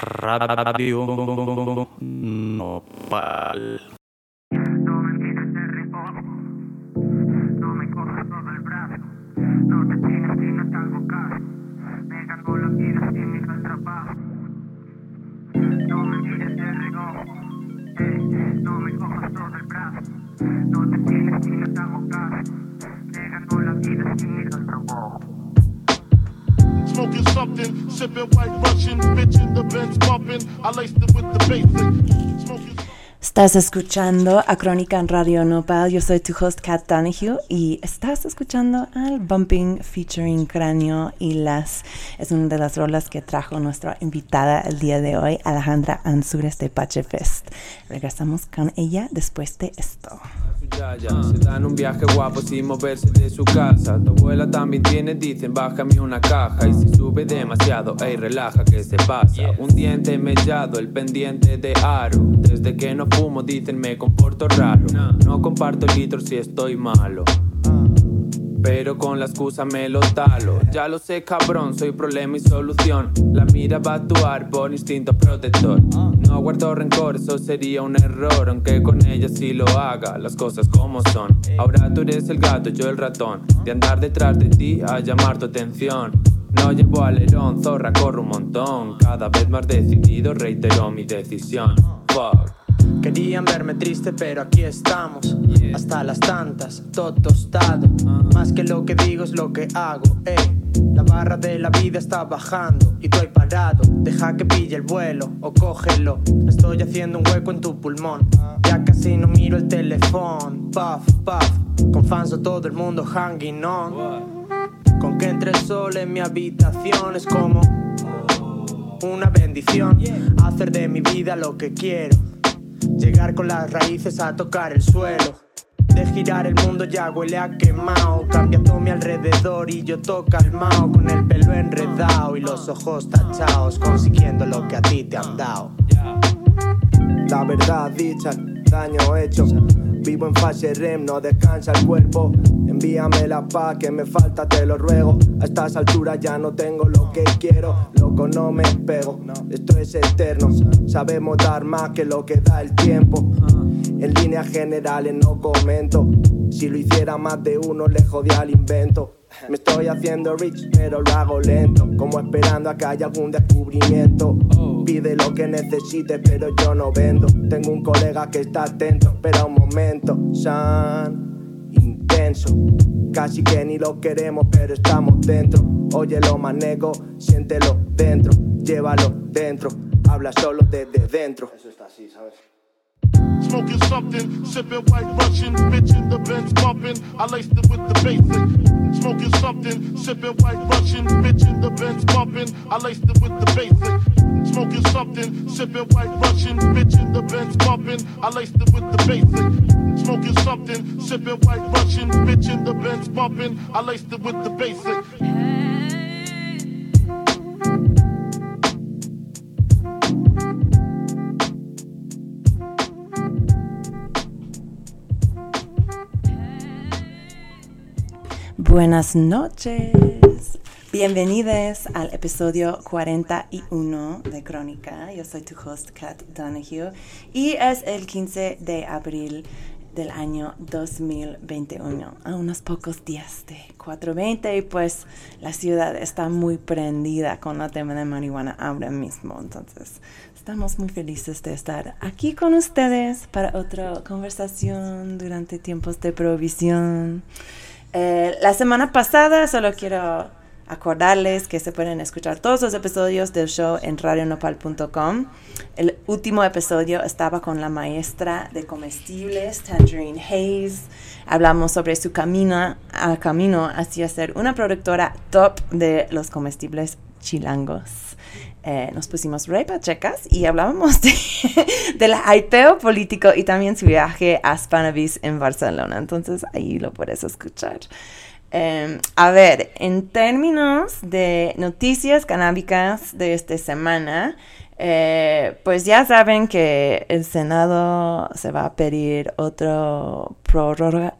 Radio Nopal. No me mires de reojo, no me cojas todo el brazo, no te tires si no te hago caso, pegando la vida sin ir al trabajo. No me mires de reojo, no me cojas todo el brazo, no te tires si no te hago caso, pegando la vida sin ir al trabajo. Smoking something, sipping white Russian, bitch in the Benz bumping. I laced it with the basic. Smoking. Estás escuchando a Crónica en Radio Nopal. Yo soy tu host Kat Donahue y estás escuchando al Bumping featuring Cráneo y Las. Es una de las rolas que trajo nuestra invitada el día de hoy, Alejandra Ansures de Pachefest. Regresamos con ella después de esto. Se dan un viaje guapo sin moverse de su casa. Tu abuela también tiene, dicen, bájame una caja. Y si sube demasiado, ey, relaja que se pasa. Un diente mellado, el pendiente de aro. Desde que no fumo, dicen, me comporto raro. No comparto litros si estoy malo, pero con la excusa me lo talo. Ya lo sé, cabrón, soy problema y solución. La mira va a actuar por instinto protector. No guardo rencor, eso sería un error. Aunque con ella sí lo haga, las cosas como son. Ahora tú eres el gato, yo el ratón. De andar detrás de ti a llamar tu atención. No llevo alerón, zorra, corro un montón. Cada vez más decidido, reitero mi decisión. Fuck. Querían verme triste, pero aquí estamos. Hasta las tantas, todo tostado. Más que lo que digo es lo que hago, La barra de la vida está bajando y tú ahí parado. Deja que pille el vuelo o cógelo. Estoy haciendo un hueco en tu pulmón. Ya casi no miro el teléfono. Puff, puff, con fans o todo el mundo hanging on. Con que entre el sol en mi habitación es como una bendición. Hacer de mi vida lo que quiero. Llegar con las raíces a tocar el suelo. De girar el mundo ya huele a quemado. Cambiando mi alrededor y yo todo calmao. Con el pelo enredado y los ojos tachados, consiguiendo lo que a ti te han dado. La verdad dicha, daño hecho. Vivo en fase REM, no descansa el cuerpo. Envíame la paz que me falta, te lo ruego. A estas alturas ya no tengo lo que quiero. Loco, no me pego, esto es eterno. Sabemos dar más que lo que da el tiempo. En líneas generales no comento. Si lo hiciera más de uno le jodía al invento. Me estoy haciendo rich, pero lo hago lento. Como esperando a que haya algún descubrimiento. Pide lo que necesites, pero yo no vendo. Tengo un colega que está atento, pero un momento, san intenso. Casi que ni lo queremos, pero estamos dentro. Óyelo, manego, siéntelo dentro. Llévalo dentro, habla solo desde dentro. Eso está así, ¿sabes? Smoking something, sipping white Russian, bitch in the Benz bumping. I laced it with the basic. Smoking something, sipping white Russian, bitch in the Benz bumping. I laced it with the basic. Smoking something, sipping white Russian, bitch in the Benz bumping. I laced it with the basic. Smoking something, sipping white Russian, bitch in the Benz bumping. I laced it with the basic. Buenas noches. Bienvenidos al episodio 41 de Crónica. Yo soy tu host Kat Donahue y es el 15 de abril del año 2021. A unos pocos días de 4:20 y pues la ciudad está muy prendida con el tema de marihuana ahora mismo. Entonces estamos muy felices de estar aquí con ustedes para otra conversación durante tiempos de prohibición. La semana pasada solo quiero acordarles que se pueden escuchar todos los episodios del show en radionopal.com. El último episodio estaba con la maestra de comestibles, Tangerine Hayes. Hablamos sobre su camino hacia ser una productora top de los comestibles chilangos. Nos pusimos re pachecas y hablábamos del hypeo político y también su viaje a Spanavis en Barcelona. Entonces ahí lo puedes escuchar. A ver, en términos de noticias canábicas de esta semana, pues ya saben que el Senado se va a pedir otro prórroga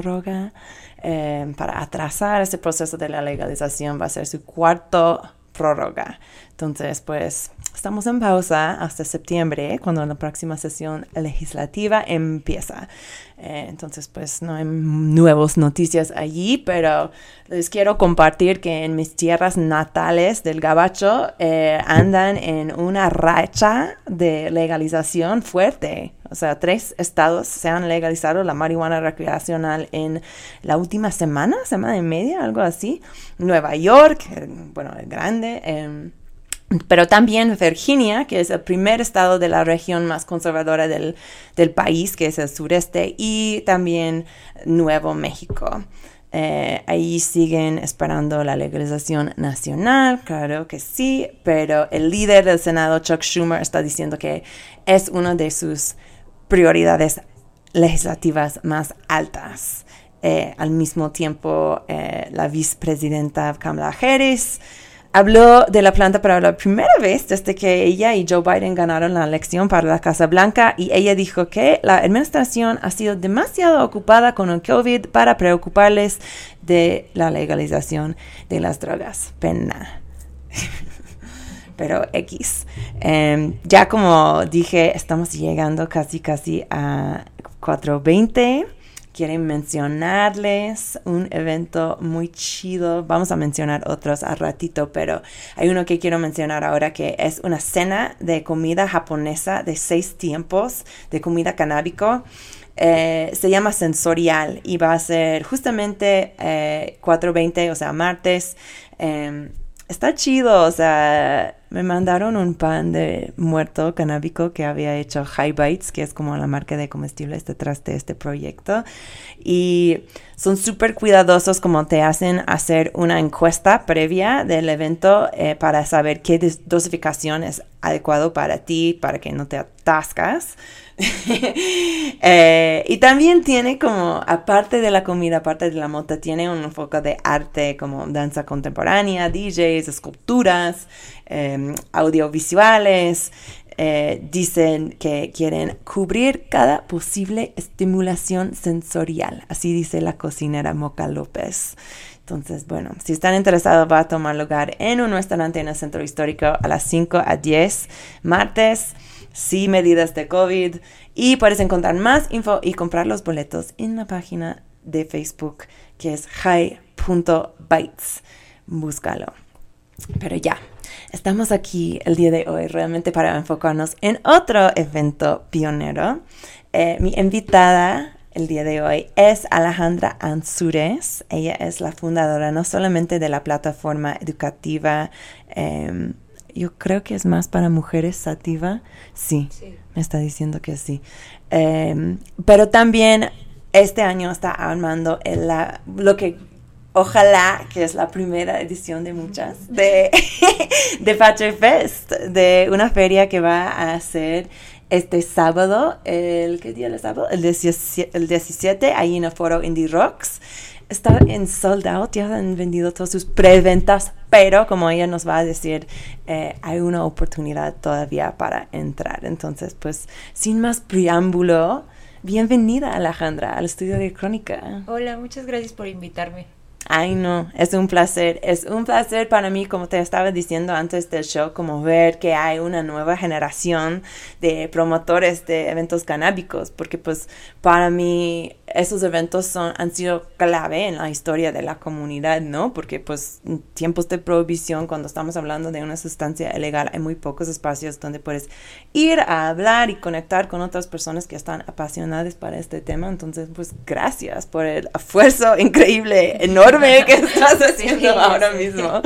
para atrasar este proceso de la legalización. Va a ser su cuarto prórroga. Entonces, pues, estamos en pausa hasta septiembre, cuando la próxima sesión legislativa empieza. Entonces, pues no hay nuevas noticias allí, pero les quiero compartir que en mis tierras natales del Gabacho andan en una racha de legalización fuerte. O sea, 3 estados se han legalizado la marihuana recreacional en la última semana y media, algo así. Nueva York, bueno, grande, pero también Virginia, que es el primer estado de la región más conservadora del país, que es el sureste, y también Nuevo México. Ahí siguen esperando la legalización nacional, claro que sí, pero el líder del Senado, Chuck Schumer, está diciendo que es una de sus prioridades legislativas más altas. Al mismo tiempo, la vicepresidenta Kamala Harris habló de la planta para la primera vez desde que ella y Joe Biden ganaron la elección para la Casa Blanca, y ella dijo que la administración ha sido demasiado ocupada con el COVID para preocuparles de la legalización de las drogas. Pena. Pero X. Ya como dije, estamos llegando casi a 4:20. Quieren mencionarles un evento muy chido. Vamos a mencionar otros al ratito, pero hay uno que quiero mencionar ahora, que es una cena de comida japonesa de 6 tiempos de comida canábico. Se llama Sensorial y va a ser justamente 4:20, o sea, martes. Está chido, o sea, me mandaron un pan de muerto canábico que había hecho High Bites, que es como la marca de comestibles detrás de este proyecto. Y son súper cuidadosos, como te hacen hacer una encuesta previa del evento para saber qué dosificación es adecuado para ti, para que no te atascas. Y también tiene como, aparte de la comida, aparte de la mota, tiene un enfoque de arte como danza contemporánea, DJs, esculturas, audiovisuales. Dicen que quieren cubrir cada posible estimulación sensorial, así dice la cocinera Moca López. Entonces, bueno, si están interesados, va a tomar lugar en un restaurante en el centro histórico a las 5 a 10 martes. Sí, medidas de COVID, y puedes encontrar más info y comprar los boletos en la página de Facebook, que es high.bites. Búscalo. Pero ya, estamos aquí el día de hoy realmente para enfocarnos en otro evento pionero. Mi invitada el día de hoy es Alejandra Ansúrez. Ella es la fundadora no solamente de la plataforma educativa, yo creo que es más para mujeres, Sativa. Sí, me está diciendo que sí. Pero también este año está armando lo que ojalá que es la primera edición de muchas de Pache Fest, de una feria que va a ser este sábado. ¿Qué día es el sábado? El 17, ahí en el foro Indie Rocks. Está en sold out, ya han vendido todas sus preventas, pero como ella nos va a decir, hay una oportunidad todavía para entrar. Entonces, pues, sin más preámbulo, bienvenida Alejandra al estudio de Crónica. Hola, muchas gracias por invitarme. Ay, no, es un placer para mí, como te estaba diciendo antes del show, como ver que hay una nueva generación de promotores de eventos canábicos, porque pues para mí esos eventos han sido clave en la historia de la comunidad, ¿no? Porque pues en tiempos de prohibición, cuando estamos hablando de una sustancia ilegal, hay muy pocos espacios donde puedes ir a hablar y conectar con otras personas que están apasionadas para este tema. Entonces, pues gracias por el esfuerzo increíble, enorme que estás haciendo ahora mismo.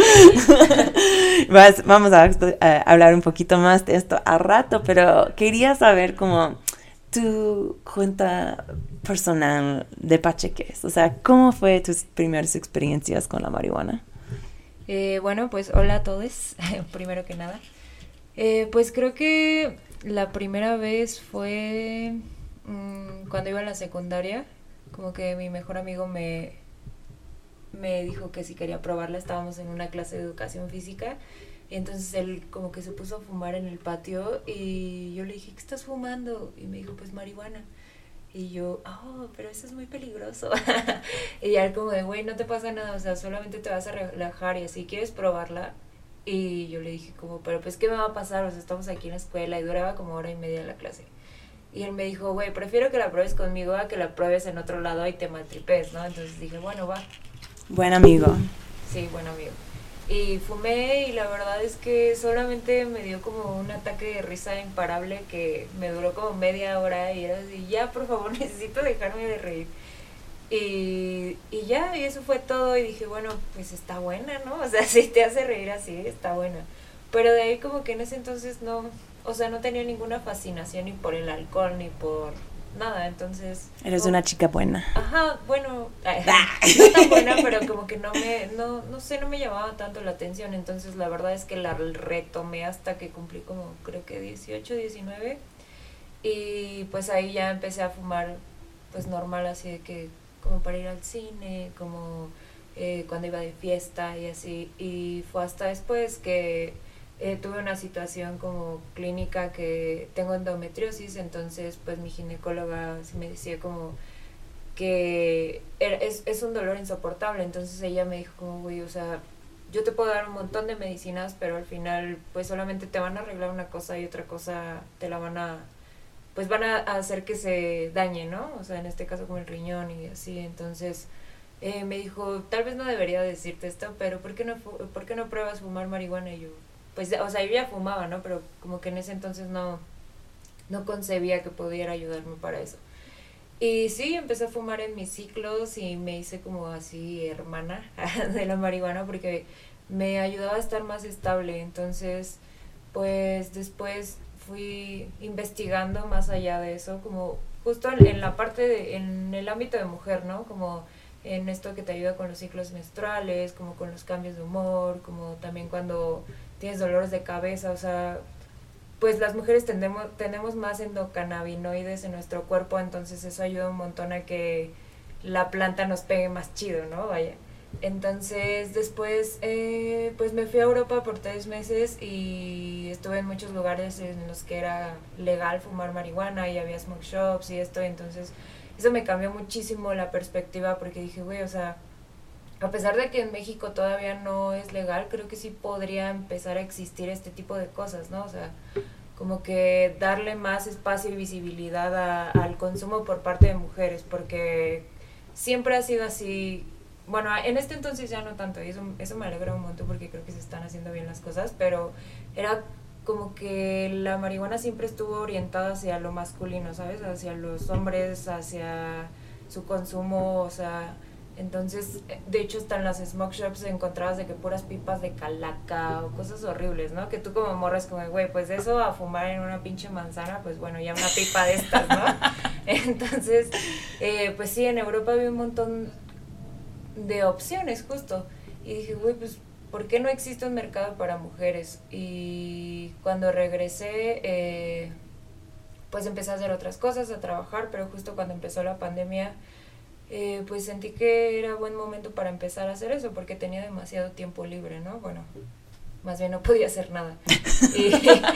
Vamos a hablar un poquito más de esto a rato, pero quería saber cómo tu cuenta personal de Pache, ¿qué es? O sea, ¿cómo fue tus primeras experiencias con la marihuana? Bueno, pues hola a todos, primero que nada. Pues creo que la primera vez fue cuando iba a la secundaria. Como que mi mejor amigo me dijo que si quería probarla. Estábamos en una clase de educación física y entonces él como que se puso a fumar en el patio y yo le dije, ¿qué estás fumando? Y me dijo, pues marihuana. Y yo, pero eso es muy peligroso. Y ya él como de, güey, no te pasa nada, o sea, solamente te vas a relajar y así, ¿quieres probarla? Y yo le dije como, pero pues, ¿qué me va a pasar? O sea, estamos aquí en la escuela y duraba como 1:30 la clase. Y él me dijo, güey, prefiero que la pruebes conmigo a que la pruebes en otro lado y te maltripes, ¿no? Entonces dije, bueno, va. Buen amigo. Sí, buen amigo. Y fumé y la verdad es que solamente me dio como un ataque de risa imparable que me duró como media hora y era así, ya, por favor, necesito dejarme de reír. Y ya, y eso fue todo y dije, bueno, pues está buena, ¿no? O sea, si te hace reír así, está buena. Pero de ahí como que en ese entonces no, o sea, no tenía ninguna fascinación ni por el alcohol ni por nada, entonces... Eres una chica buena. Ajá, bueno, no tan buena, pero como que no sé, no me llamaba tanto la atención, entonces la verdad es que la retomé hasta que cumplí como, creo que 18, 19, y pues ahí ya empecé a fumar, pues normal, así de que, como para ir al cine, como cuando iba de fiesta y así, y fue hasta después que... tuve una situación como clínica que tengo endometriosis, entonces pues mi ginecóloga me decía como que es un dolor insoportable, entonces ella me dijo como, güey, o sea, yo te puedo dar un montón de medicinas, pero al final pues solamente te van a arreglar una cosa y otra cosa te la van a, pues van a hacer que se dañe, ¿no? O sea, en este caso como el riñón y así, entonces... me dijo, tal vez no debería decirte esto, pero ¿por qué no pruebas fumar marihuana? Y yo, pues, o sea, yo ya fumaba, ¿no? Pero como que en ese entonces no concebía que pudiera ayudarme para eso. Y sí, empecé a fumar en mis ciclos y me hice como así hermana de la marihuana porque me ayudaba a estar más estable. Entonces, pues después fui investigando más allá de eso, como justo en la parte en el ámbito de mujer, ¿no? Como en esto que te ayuda con los ciclos menstruales, como con los cambios de humor, como también cuando tienes dolores de cabeza, o sea, pues las mujeres tenemos más endocannabinoides en nuestro cuerpo, entonces eso ayuda un montón a que la planta nos pegue más chido, ¿no? Vaya. Entonces después pues me fui a Europa por 3 meses y estuve en muchos lugares en los que era legal fumar marihuana y había smoke shops y esto, entonces eso me cambió muchísimo la perspectiva porque dije, güey, o sea, a pesar de que en México todavía no es legal, creo que sí podría empezar a existir este tipo de cosas, ¿no? O sea, como que darle más espacio y visibilidad al consumo por parte de mujeres, porque siempre ha sido así. Bueno, en este entonces ya no tanto, y eso me alegra un montón porque creo que se están haciendo bien las cosas, pero era como que la marihuana siempre estuvo orientada hacia lo masculino, ¿sabes? Hacia los hombres, hacia su consumo, o sea... Entonces, de hecho, hasta en las smoke shops encontrabas de que puras pipas de calaca o cosas horribles, ¿no? Que tú como morras como, güey, pues eso a fumar en una pinche manzana, pues bueno, ya una pipa de estas, ¿no? Entonces, pues sí, en Europa había un montón de opciones justo. Y dije, güey, pues, ¿por qué no existe un mercado para mujeres? Y cuando regresé, pues empecé a hacer otras cosas, a trabajar, pero justo cuando empezó la pandemia... pues sentí que era buen momento para empezar a hacer eso porque tenía demasiado tiempo libre, ¿no? Bueno, más bien no podía hacer nada. Y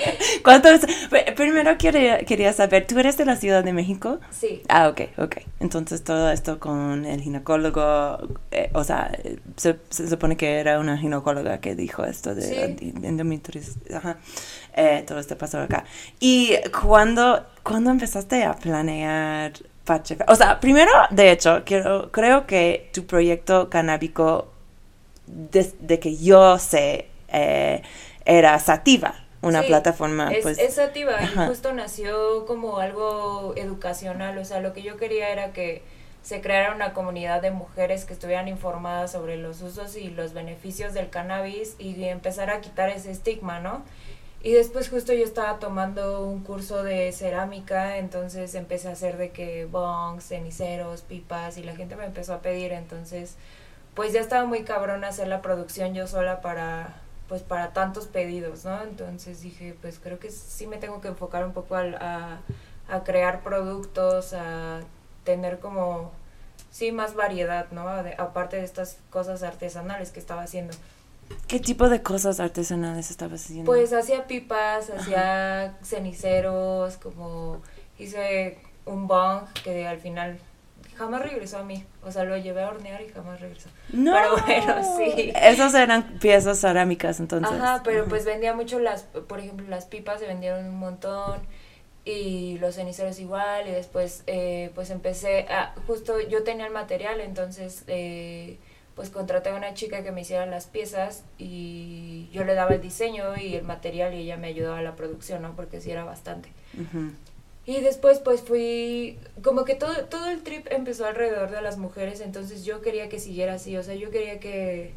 Primero quería saber, ¿tú eres de la Ciudad de México? sí. Ah, ok. Entonces todo esto con el ginecólogo, o sea, se supone que era una ginecóloga que dijo esto de Sí. endometriosis. Ajá. Todo esto pasó acá. ¿Y cuándo empezaste a planear Pacheco? O sea, primero, de hecho, creo que tu proyecto canábico, desde que yo sé, era Sativa, una Sí, plataforma, pues... es Sativa, ajá. y justo nació como algo educacional, o sea, lo que yo quería era que se creara una comunidad de mujeres que estuvieran informadas sobre los usos y los beneficios del cannabis y empezar a quitar ese estigma, ¿no? Y después justo yo estaba tomando un curso de cerámica, entonces empecé a hacer de que bongs, ceniceros, pipas, y la gente me empezó a pedir, entonces pues ya estaba muy cabrón hacer la producción yo sola para tantos pedidos, ¿no? Entonces dije, pues creo que sí me tengo que enfocar un poco a crear productos, a tener como, sí, más variedad, ¿no? Aparte de estas cosas artesanales que estaba haciendo. ¿Qué tipo de cosas artesanales estabas haciendo? Pues hacía pipas, hacía ceniceros, como hice un bong que al final jamás regresó a mí. O sea, lo llevé a hornear y jamás regresó. No. Pero bueno, sí. Esos eran piezas cerámicas entonces. Ajá, pero pues vendía mucho por ejemplo, las pipas se vendieron un montón y los ceniceros igual y después pues empecé justo yo tenía el material, entonces pues contraté a una chica que me hiciera las piezas y yo le daba el diseño y el material y ella me ayudaba a la producción, ¿no? Porque sí era bastante. Ujú. Y después pues fui, como que todo el trip empezó alrededor de las mujeres, entonces yo quería que siguiera así, o sea, yo quería que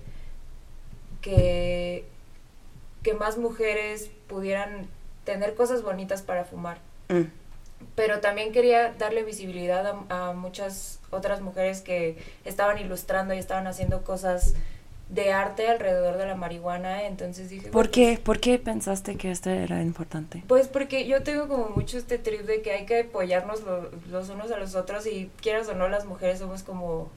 más mujeres pudieran tener cosas bonitas para fumar. Mm. Pero también quería darle visibilidad a muchas otras mujeres que estaban ilustrando y estaban haciendo cosas de arte alrededor de la marihuana, entonces dije... ¿Por bueno, qué? ¿Por qué pensaste que esto era importante? pues porque yo tengo como mucho este trip de que hay que apoyarnos los unos a los otros y quieras o no, las mujeres somos como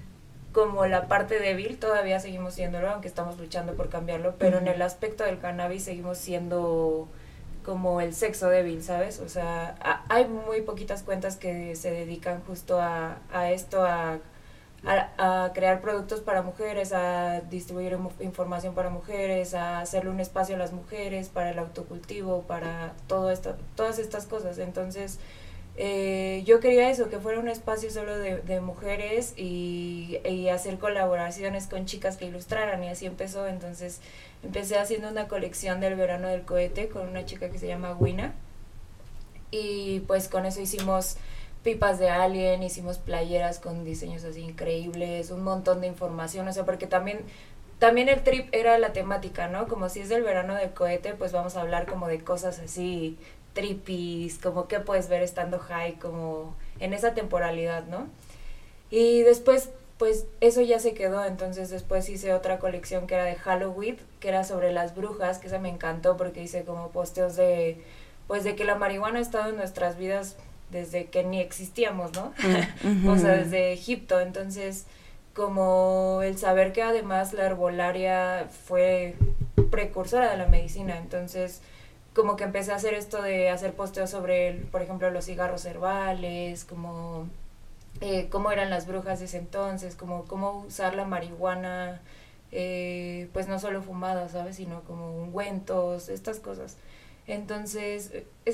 la parte débil, todavía seguimos siéndolo, aunque estamos luchando por cambiarlo, pero en el aspecto del cannabis seguimos siendo como el sexo débil, ¿sabes? O sea, hay muy poquitas cuentas que se dedican justo a esto, a crear productos para mujeres, a distribuir información para mujeres, a hacerle un espacio a las mujeres, para el autocultivo, para todas estas cosas. Entonces, yo quería eso, que fuera un espacio solo de mujeres y hacer colaboraciones con chicas que ilustraran, y así empezó. Entonces empecé haciendo una colección del verano del cohete con una chica que se llama Wina, y pues con eso hicimos pipas de Alien, hicimos playeras con diseños así increíbles, un montón de información, o sea, porque también el trip era la temática, ¿no? Como si es del verano del cohete, pues vamos a hablar como de cosas así trippies, como que puedes ver estando high, como en esa temporalidad, ¿no? Y después, pues eso ya se quedó, entonces después hice otra colección que era de Halloween, que era sobre las brujas, que esa me encantó porque hice como posteos de que la marihuana ha estado en nuestras vidas desde que ni existíamos, ¿no? O sea, desde Egipto. Entonces, como el saber que además la herbolaria fue precursora de la medicina, entonces como que empecé a hacer esto de hacer posteos sobre, por ejemplo, los cigarros herbales, como cómo eran las brujas de ese entonces, como cómo usar la marihuana, pues no solo fumada, ¿sabes? Sino como ungüentos, estas cosas. Entonces,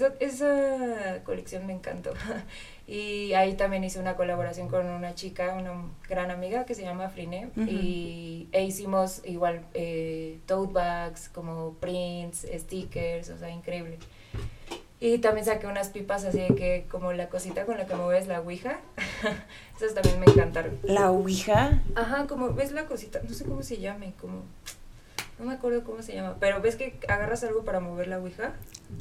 esa colección me encantó. Y ahí también hice una colaboración con una chica, una gran amiga que se llama Friné, e hicimos igual tote bags, como prints, stickers, o sea, increíble. Y también saqué unas pipas así de que, como la cosita con la que mueves la ouija, esas también me encantaron. ¿La ouija? Ajá, como, ¿ves la cosita? No sé cómo se llame, como... No me acuerdo cómo se llama, pero ¿ves que agarras algo para mover la ouija?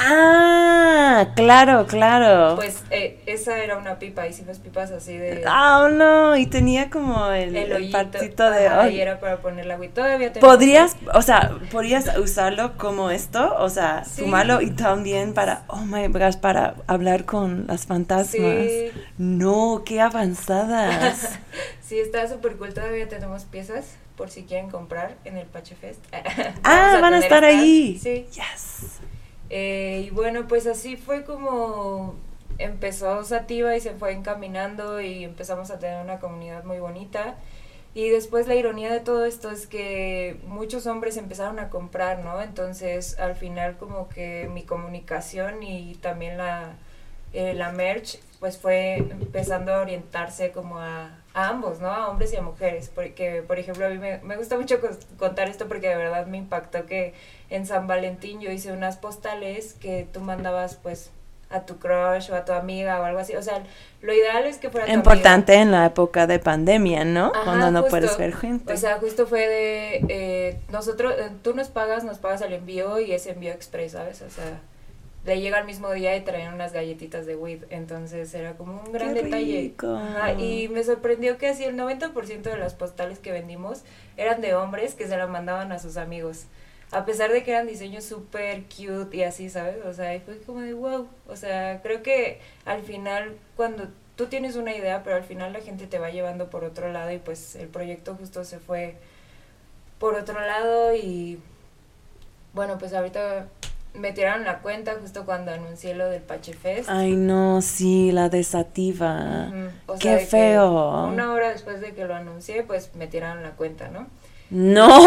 Ah, claro, claro. Pues esa era una pipa, hicimos pipas así de... Oh, no, y tenía como el hoyito, partito de... ajá, ay. y era para poner la ouija. Todavía tenemos... ¿Podrías usarlo como esto? O sea, Sí. fumarlo y también para, oh my gosh, para hablar con las fantasmas. Sí. No, qué avanzadas. Sí, está súper cool, todavía tenemos piezas por si quieren comprar en el Pache Fest. Van a estar ahí. Sí. Yes. Y bueno, pues así fue como empezó Sativa y se fue encaminando y empezamos a tener una comunidad muy bonita. Y después la ironía de todo esto es que muchos hombres empezaron a comprar, ¿no? Entonces al final como que mi comunicación y también la merch pues fue empezando a orientarse como a ambos, ¿no? A hombres y a mujeres, porque por ejemplo a mí me gusta mucho contar esto porque de verdad me impactó que en San Valentín yo hice unas postales que tú mandabas pues a tu crush o a tu amiga o algo así, o sea, lo ideal es que fuera tu Importante amiga. en la época de pandemia, ¿no? Ajá, cuando no justo. puedes ver gente. O sea, justo fue de nosotros, tú nos pagas el envío y es envío express, ¿sabes? O sea, le llega el mismo día y traían unas galletitas de weed, entonces era como un gran ¡Qué detalle. rico! Ajá, y me sorprendió que así el 90% de las postales que vendimos eran de hombres que se la mandaban a sus amigos, a pesar de que eran diseños súper cute y así, ¿sabes? O sea, y fue como de wow, o sea, creo que al final cuando tú tienes una idea, pero al final la gente te va llevando por otro lado y pues el proyecto justo se fue por otro lado y bueno, pues ahorita me tiraron la cuenta justo cuando anuncié lo del Pache Fest. Ay, no, sí, la desativa. O sea, Qué de que feo. una hora después de que lo anuncié, pues me tiraron la cuenta, ¿no? No.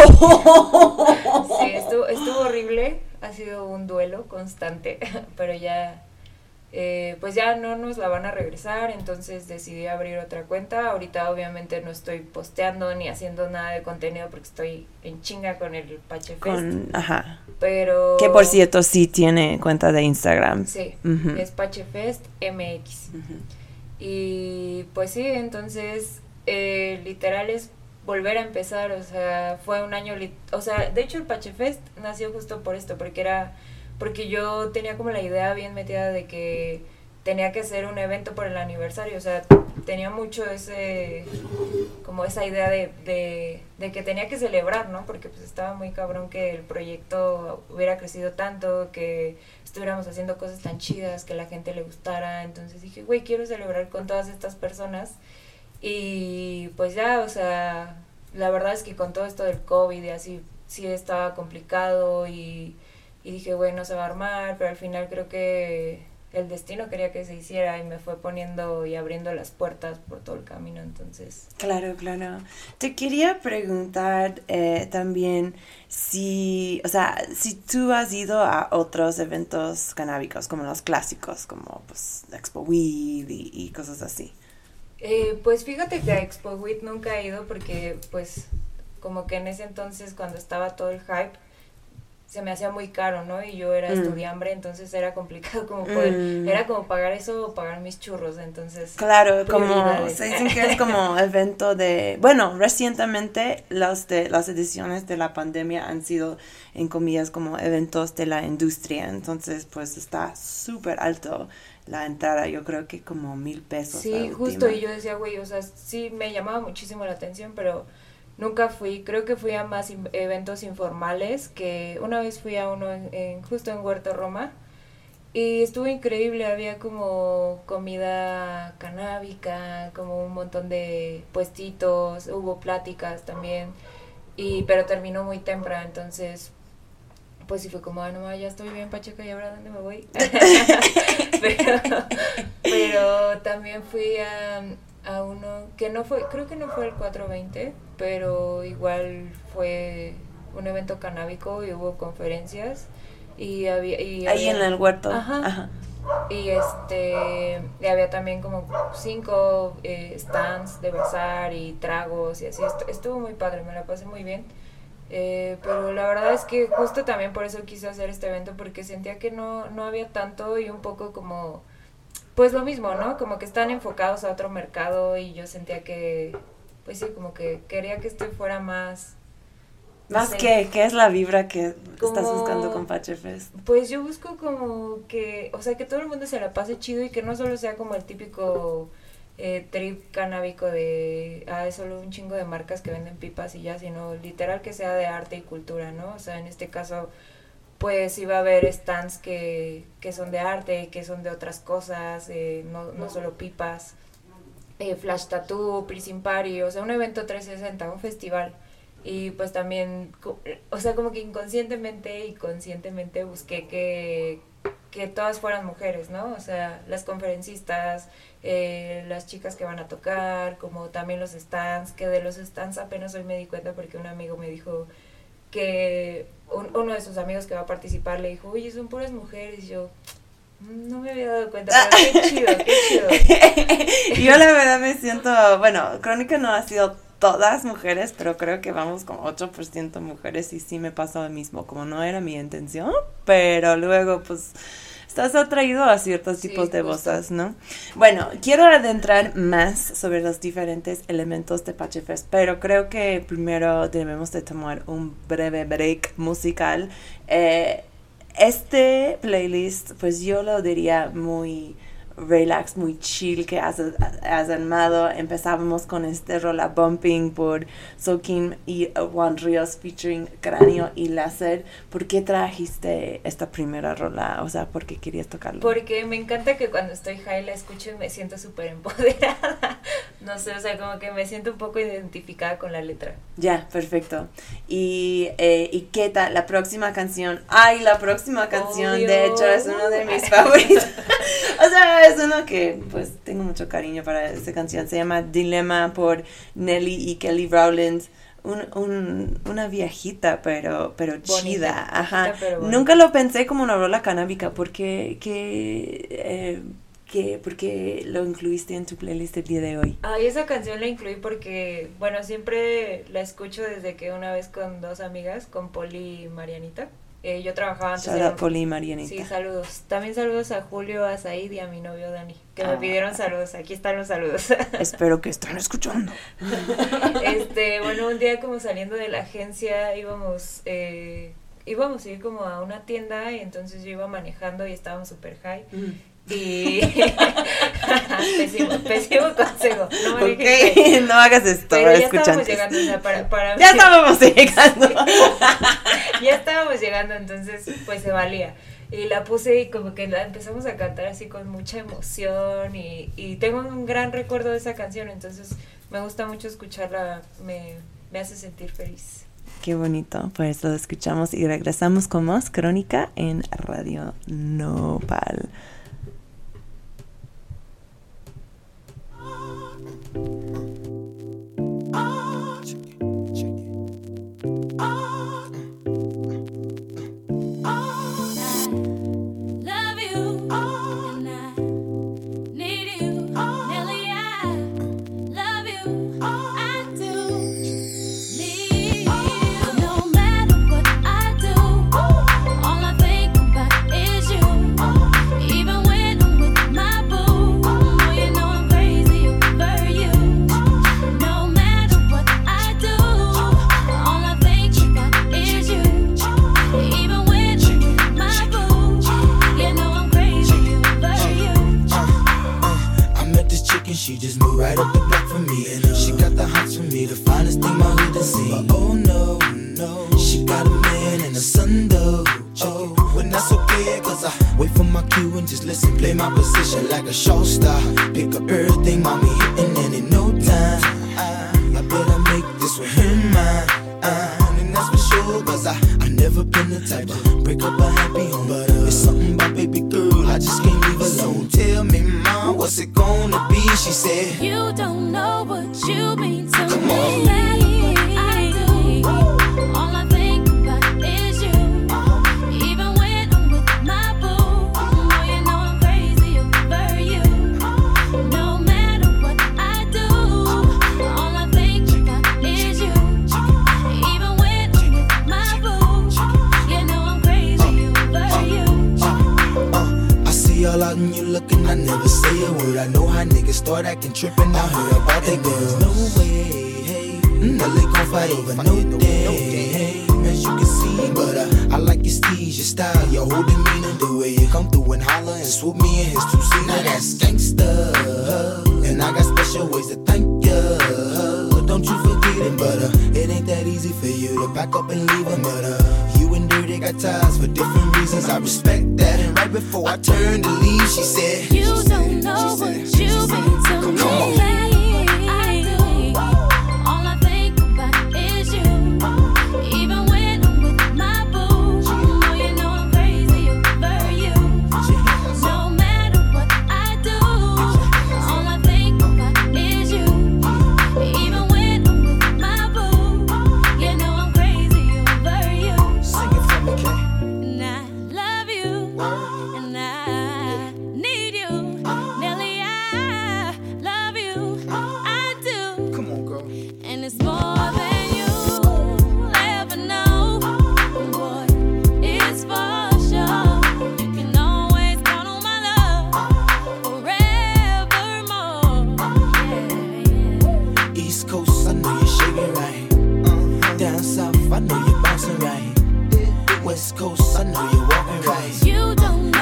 Sí, estuvo horrible, ha sido un duelo constante, pero ya, pues ya no nos la van a regresar, entonces decidí abrir otra cuenta. Ahorita obviamente no estoy posteando ni haciendo nada de contenido porque estoy en chinga con el Pache Fest, Ajá. pero... Que por cierto sí tiene cuenta de Instagram. Sí, Ujú. es Pache Fest MX. Ujú. Y pues sí, entonces literal es volver a empezar, o sea, fue un año, o sea, de hecho el Pache Fest nació justo por esto, porque yo tenía como la idea bien metida de que tenía que hacer un evento por el aniversario, o sea, tenía mucho como esa idea de que tenía que celebrar, ¿no? Porque pues estaba muy cabrón que el proyecto hubiera crecido tanto, que estuviéramos haciendo cosas tan chidas, que la gente le gustara, entonces dije, güey, quiero celebrar con todas estas personas. Y pues ya, o sea, la verdad es que con todo esto del COVID y así, sí estaba complicado y dije, bueno, no se va a armar, pero al final creo que el destino quería que se hiciera y me fue poniendo y abriendo las puertas por todo el camino, entonces... Claro, claro. Te quería preguntar también si tú has ido a otros eventos canábicos, como los clásicos, como pues Expo Weed y cosas así. Pues fíjate que a Expo Weed nunca he ido porque pues como que en ese entonces cuando estaba todo el hype se me hacía muy caro, ¿no? Y yo era estudiambre, entonces era complicado como poder, era como pagar eso o pagar mis churros, entonces... Claro, como se dicen que es como evento de... Bueno, recientemente las ediciones de la pandemia han sido, en comillas, como eventos de la industria, entonces pues está súper alto la entrada, yo creo que como $1,000. Sí, justo, y yo decía, güey, o sea, sí me llamaba muchísimo la atención, pero nunca fui, creo que fui a más eventos informales, que una vez fui a uno justo en Huerto Roma, y estuvo increíble, había como comida canábica, como un montón de puestitos, hubo pláticas también, pero terminó muy temprano, entonces... Pues sí fue como, no, ya estoy bien pacheca y ahora ¿dónde me voy? pero también fui a uno que no fue, creo que no fue el 420, pero igual fue un evento canábico y hubo conferencias y había... Ahí en el huerto. Ajá. Y y había también como 5 stands de bazar y tragos y así, estuvo muy padre, me la pasé muy bien. Pero la verdad es que justo también por eso quise hacer este evento, porque sentía que no había tanto y un poco como, pues lo mismo, ¿no? Como que están enfocados a otro mercado y yo sentía que, pues sí, como que quería que esto fuera más... Más no sé, ¿qué es la vibra que como, estás buscando con Pache Fest? Pues yo busco como que, o sea, que todo el mundo se la pase chido y que no solo sea como el típico... trip canábico de es solo un chingo de marcas que venden pipas y ya, sino literal que sea de arte y cultura, ¿no? O sea, en este caso pues iba a haber stands que son de arte, que son de otras cosas, no solo pipas, Flash Tattoo, Piercing Party, o sea, un evento 360, un festival. Y pues también, o sea, como que inconscientemente y conscientemente busqué que todas fueran mujeres, ¿no? O sea, las conferencistas, las chicas que van a tocar, como también los stands, que de los stands apenas hoy me di cuenta porque un amigo me dijo que uno de sus amigos que va a participar le dijo, oye, son puras mujeres, y yo... No me había dado cuenta, pero qué chido, qué chido. Yo la verdad me siento, bueno, Crónica no ha sido todas mujeres, pero creo que vamos con 8% mujeres y sí me pasa lo mismo, como no era mi intención, pero luego pues estás atraído a ciertos tipos de voces, ¿no? Bueno, quiero adentrar más sobre los diferentes elementos de Pache Fest, pero creo que primero debemos de tomar un breve break musical. Este playlist, pues yo lo diría muy relax, muy chill que has armado. Empezábamos con este rola Bumping por Soakim y Juan Ríos featuring Cráneo y Láser. ¿Por qué trajiste esta primera rola? O sea, ¿por qué querías tocarlo? Porque me encanta que cuando estoy high la escucho y me siento súper empoderada. No sé, o sea, como que me siento un poco identificada con la letra. Ya, perfecto. ¿Y qué tal? La próxima canción. ¡Ay, la próxima canción! Obvio. De hecho, es uno de mis favoritos. O sea, es uno que, pues, tengo mucho cariño para esta canción. Se llama Dilemma por Nelly y Kelly Rowland. Una viejita, pero Bonita, chida. Ajá. bonita, pero bonita. Nunca lo pensé como una rola canábica porque lo incluiste en tu playlist el día de hoy. Ay, esa canción la incluí porque, bueno, siempre la escucho desde que una vez con dos amigas, con Poli y Marianita. Yo trabajaba antes Shout out Poli y Marianita. Sí, saludos. También saludos a Julio, a Said y a mi novio Dani, que me pidieron saludos. Aquí están los saludos. Espero que estén escuchando. Bueno, un día como saliendo de la agencia íbamos a ir como a una tienda y entonces yo iba manejando y estábamos super high. Y pésimo consejo, no manejes high. No hagas esto, pero ya escuchantes. estábamos llegando, o sea, para Ya estábamos llegando. ya estábamos llegando, entonces pues se valía. Y la puse y como que la empezamos a cantar así con mucha emoción y tengo un gran recuerdo de esa canción, entonces me gusta mucho escucharla, me hace sentir feliz. Qué bonito, pues lo escuchamos y regresamos con más Crónica en Radio Nopal. She just moved right up the block for me. She got the hots for me, the finest thing my hood has seen. But oh no, no, she got a man and a son though. Oh, well that's okay, cause I wait for my cue and just listen, play my position like a show star. Pick up everything, mommy hitting, and in no time I better make this with her mine. And that's for sure, cause I never been the type to break up a happy home. But it's something about baby girl, I just can't leave alone. Tell me, mom, what's it gonna be? She said, you don't know what you mean to Come me. on. No matter what I do, all I think about is you. Even when I'm with my boo, oh, you know I'm crazy over you. No matter what I do, all I think about is you. Even when I'm with my boo, you know I'm crazy over you. I see all out and you looking, I never say a word. I know how niggas start acting trippin'. I heard about they girls. No way, hey, Nelly gon' fight over no day, hey, as you can see. But I like your steez, your style, your whole demeanor, the way you come through and holler and swoop me in his two-seater. Now that's gangsta, and I got special ways to thank ya. Don't you forget it, but it ain't that easy for you to back up and leave him. But you and Dirty got ties for different reasons. I respect that. And right before I turned to leave, she said, You don't know what you mean to me. Come on. I do. All I think about is you. Even when I'm with my boo, oh, you know I'm crazy over you. No matter what I do, all I think about is you. Even when I'm with my boo, you know I'm crazy over you. Sing it for me, Kay. And I love you, and I need you. Nelly, I love you, I do. Come on, girl. And it's more than you'll ever know. Boy, it's for sure. You can always count on my love forevermore. Yeah. East Coast, I know you're shaking right. Down south, I know you're bouncing right. West Coast, I know you're walking right. You don't know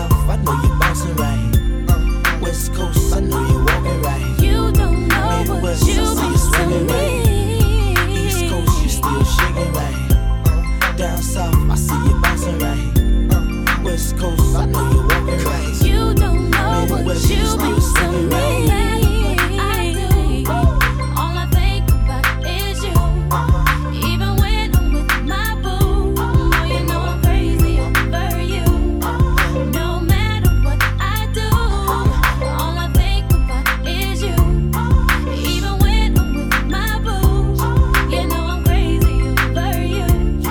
South, I know you're bouncing right. West Coast, I know you're walking right. You don't know what Midwest, I you've see you been swinging to right. me. East Coast, you still shaking right. Down South, I see you bouncing right. West Coast, I know you're walking right. You don't know what Midwest, you you've still been to swinging me. right. I do. All I think about is you. Even when I'm with my boo. Oh, you know I'm crazy over you. No matter what I do, all I think about is you. Even when I'm with my boo, you know I'm crazy over you.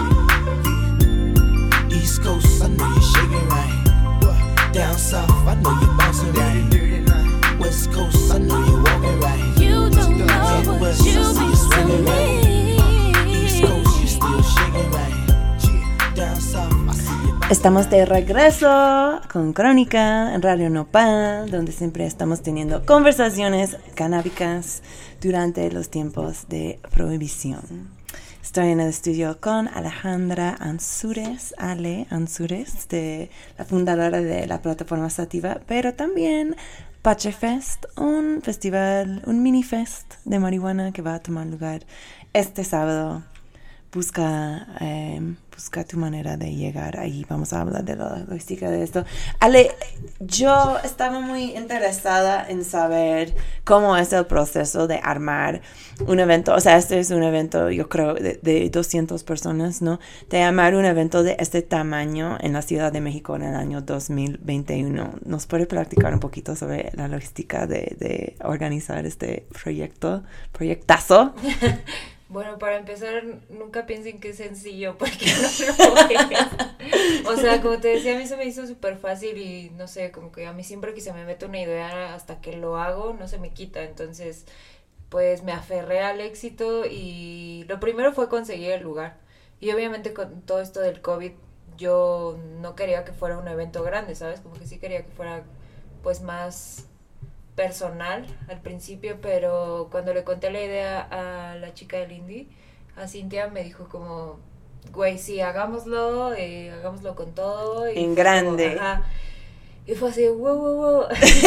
East Coast, I know you're shaking right. Down South, I know you're bouncing right. West Coast, I know you're walking right. You don't know what Midwest, I you've see been you swinging to right. me. East Coast, you still shaking right. Down South, I see you bouncing Estamos de regreso con Crónica en Radio Nopal, donde siempre estamos teniendo conversaciones canábicas durante los tiempos de prohibición. Estoy en el estudio con Alejandra Ansúrez, Ale Ansúrez, la fundadora de la plataforma Sativa, pero también Pachefest, un festival, un mini fest de marihuana que va a tomar lugar este sábado. Busca tu manera de llegar ahí. Vamos a hablar de la logística de esto. Ale, yo estaba muy interesada en saber cómo es el proceso de armar un evento. O sea, este es un evento, yo creo, de 200 personas, ¿no? De armar un evento de este tamaño en la Ciudad de México en el año 2021. ¿Nos puede platicar un poquito sobre la logística de organizar este proyectazo? Bueno, para empezar, nunca piensen que es sencillo, porque no lo es. O sea, como te decía, a mí se me hizo súper fácil y no sé, como que a mí siempre que se me mete una idea hasta que lo hago, no se me quita. Entonces, pues me aferré al éxito y lo primero fue conseguir el lugar. Y obviamente con todo esto del COVID, yo no quería que fuera un evento grande, ¿sabes? Como que sí quería que fuera pues más personal al principio, pero cuando le conté la idea a la chica del indie, a Cintia, me dijo como, güey, sí, hagámoslo con todo. Y en fue grande. como, ajá. Y fue así, wow.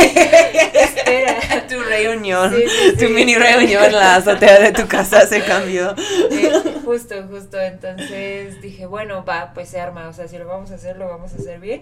Espera. Tu reunión, Sí. tu mini reunión en la azotea de tu casa se cambió. Justo. Entonces dije, bueno, va, pues se arma. O sea, si lo vamos a hacer bien.